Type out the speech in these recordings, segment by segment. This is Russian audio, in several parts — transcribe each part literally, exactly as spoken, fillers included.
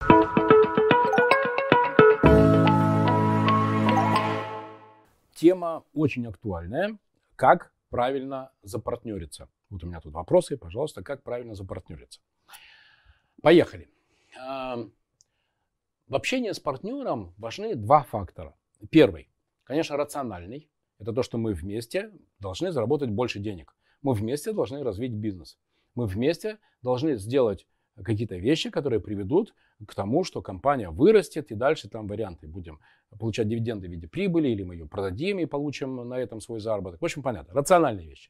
Тема очень актуальная. Как правильно запартнериться? Вот у меня тут вопросы, пожалуйста, как правильно запартнериться? Поехали. В общении с партнером важны два фактора. Первый, конечно, рациональный. Это то, что мы вместе должны заработать больше денег. Мы вместе должны развить бизнес. Мы вместе должны сделать какие-то вещи, которые приведут к тому, что компания вырастет, и дальше там варианты. Будем получать дивиденды в виде прибыли, или мы ее продадим и получим на этом свой заработок. В общем, понятно. Рациональные вещи.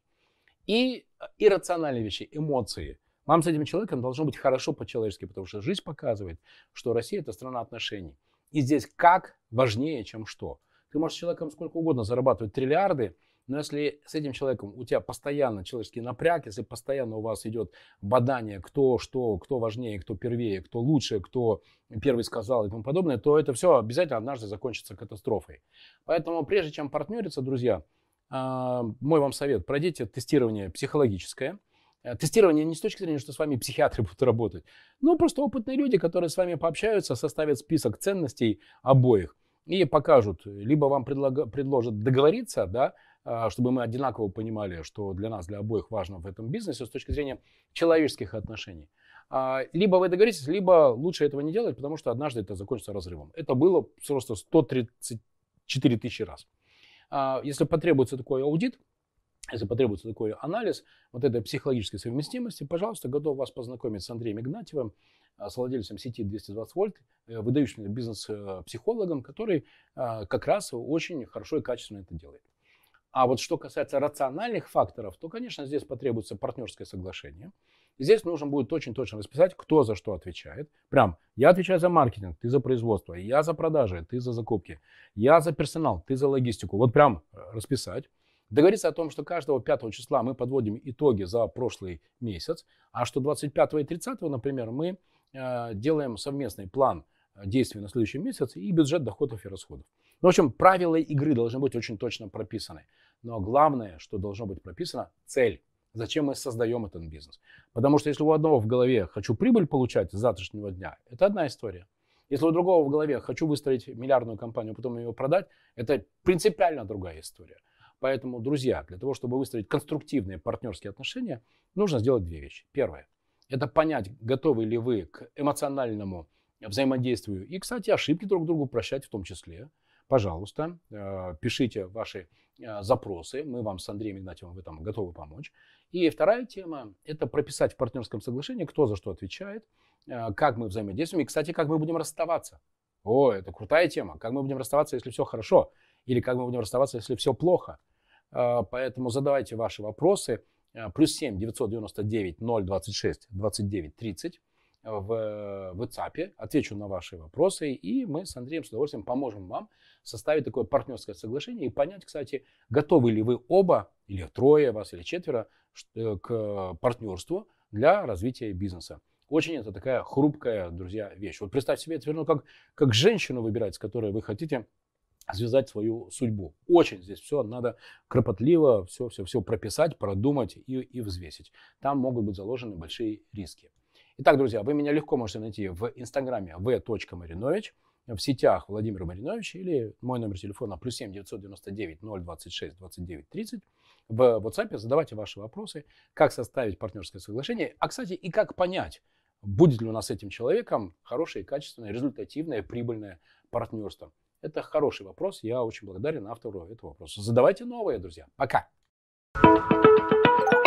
И иррациональные вещи, эмоции. Вам с этим человеком должно быть хорошо по-человечески, потому что жизнь показывает, что Россия — это страна отношений. И здесь как важнее, чем что. Ты можешь с человеком сколько угодно зарабатывать триллиарды, но если с этим человеком у тебя постоянно человеческий напряг, если постоянно у вас идет бадание, кто что, кто важнее, кто первее, кто лучше, кто первый сказал и тому подобное, то это все обязательно однажды закончится катастрофой. Поэтому прежде чем партнериться, друзья, мой вам совет: пройдите тестирование психологическое. Тестирование не с точки зрения, что с вами психиатры будут работать, но просто опытные люди, которые с вами пообщаются, составят список ценностей обоих и покажут, либо вам предлаг... предложат договориться, да, чтобы мы одинаково понимали, что для нас, для обоих важно в этом бизнесе с точки зрения человеческих отношений. Либо вы договоритесь, либо лучше этого не делать, потому что однажды это закончится разрывом. Это было просто сто тридцать четыре тысячи раз. Если потребуется такой аудит, если потребуется такой анализ вот этой психологической совместимости, пожалуйста, готов вас познакомить с Андреем Игнатьевым, с владельцем сети двести двадцать вольт, выдающимся бизнес-психологом, который как раз очень хорошо и качественно это делает. А вот что касается рациональных факторов, то, конечно, здесь потребуется партнерское соглашение. Здесь нужно будет очень точно расписать, кто за что отвечает. Прям, я отвечаю за маркетинг, ты за производство, я за продажи, ты за закупки, я за персонал, ты за логистику. Вот прям расписать. Договориться о том, что каждого пятого числа мы подводим итоги за прошлый месяц, а что двадцать пятого и тридцатого, например, мы э, делаем совместный план действий на следующий месяц и бюджет доходов и расходов. В общем, правила игры должны быть очень точно прописаны. Но главное, что должно быть прописано, цель. Зачем мы создаем этот бизнес? Потому что если у одного в голове «хочу прибыль получать с завтрашнего дня», это одна история. Если у другого в голове «хочу выстроить миллиардную компанию, потом ее продать», это принципиально другая история. Поэтому, друзья, для того, чтобы выстроить конструктивные партнерские отношения, нужно сделать две вещи. Первое – это понять, готовы ли вы к эмоциональному взаимодействию. И, кстати, ошибки друг другу прощать в том числе. Пожалуйста, пишите ваши запросы. Мы вам с Андреем Игнатьевым в этом готовы помочь. И вторая тема – это прописать в партнерском соглашении, кто за что отвечает, как мы взаимодействуем и, кстати, как мы будем расставаться. О, это крутая тема. Как мы будем расставаться, если все хорошо? Или как мы будем расставаться, если все плохо? Поэтому задавайте ваши вопросы. Плюс семь девятьсот девяносто девять ноль двадцать шесть двадцать девять тридцать в WhatsApp. Отвечу на ваши вопросы. И мы с Андреем с удовольствием поможем вам составить такое партнерское соглашение и понять, кстати, готовы ли вы оба, или трое вас, или четверо, к партнерству для развития бизнеса. Очень это такая хрупкая, друзья, вещь. Вот представьте себе, это верно, как, как женщину выбирать, с которой вы хотите связать свою судьбу. Очень здесь все надо кропотливо, все, все, все прописать, продумать и, и взвесить. Там могут быть заложены большие риски. Итак, друзья, вы меня легко можете найти в инстаграме в точка маринович, в сетях Владимир Маринович или мой номер телефона плюс семь девятьсот девяносто девять ноль двадцать шесть двадцать девять тридцать. В WhatsApp задавайте ваши вопросы, как составить партнерское соглашение, а, кстати, и как понять, будет ли у нас с этим человеком хорошее, качественное, результативное, прибыльное партнерство. Это хороший вопрос. Я очень благодарен автору этого вопроса. Задавайте новые, друзья. Пока.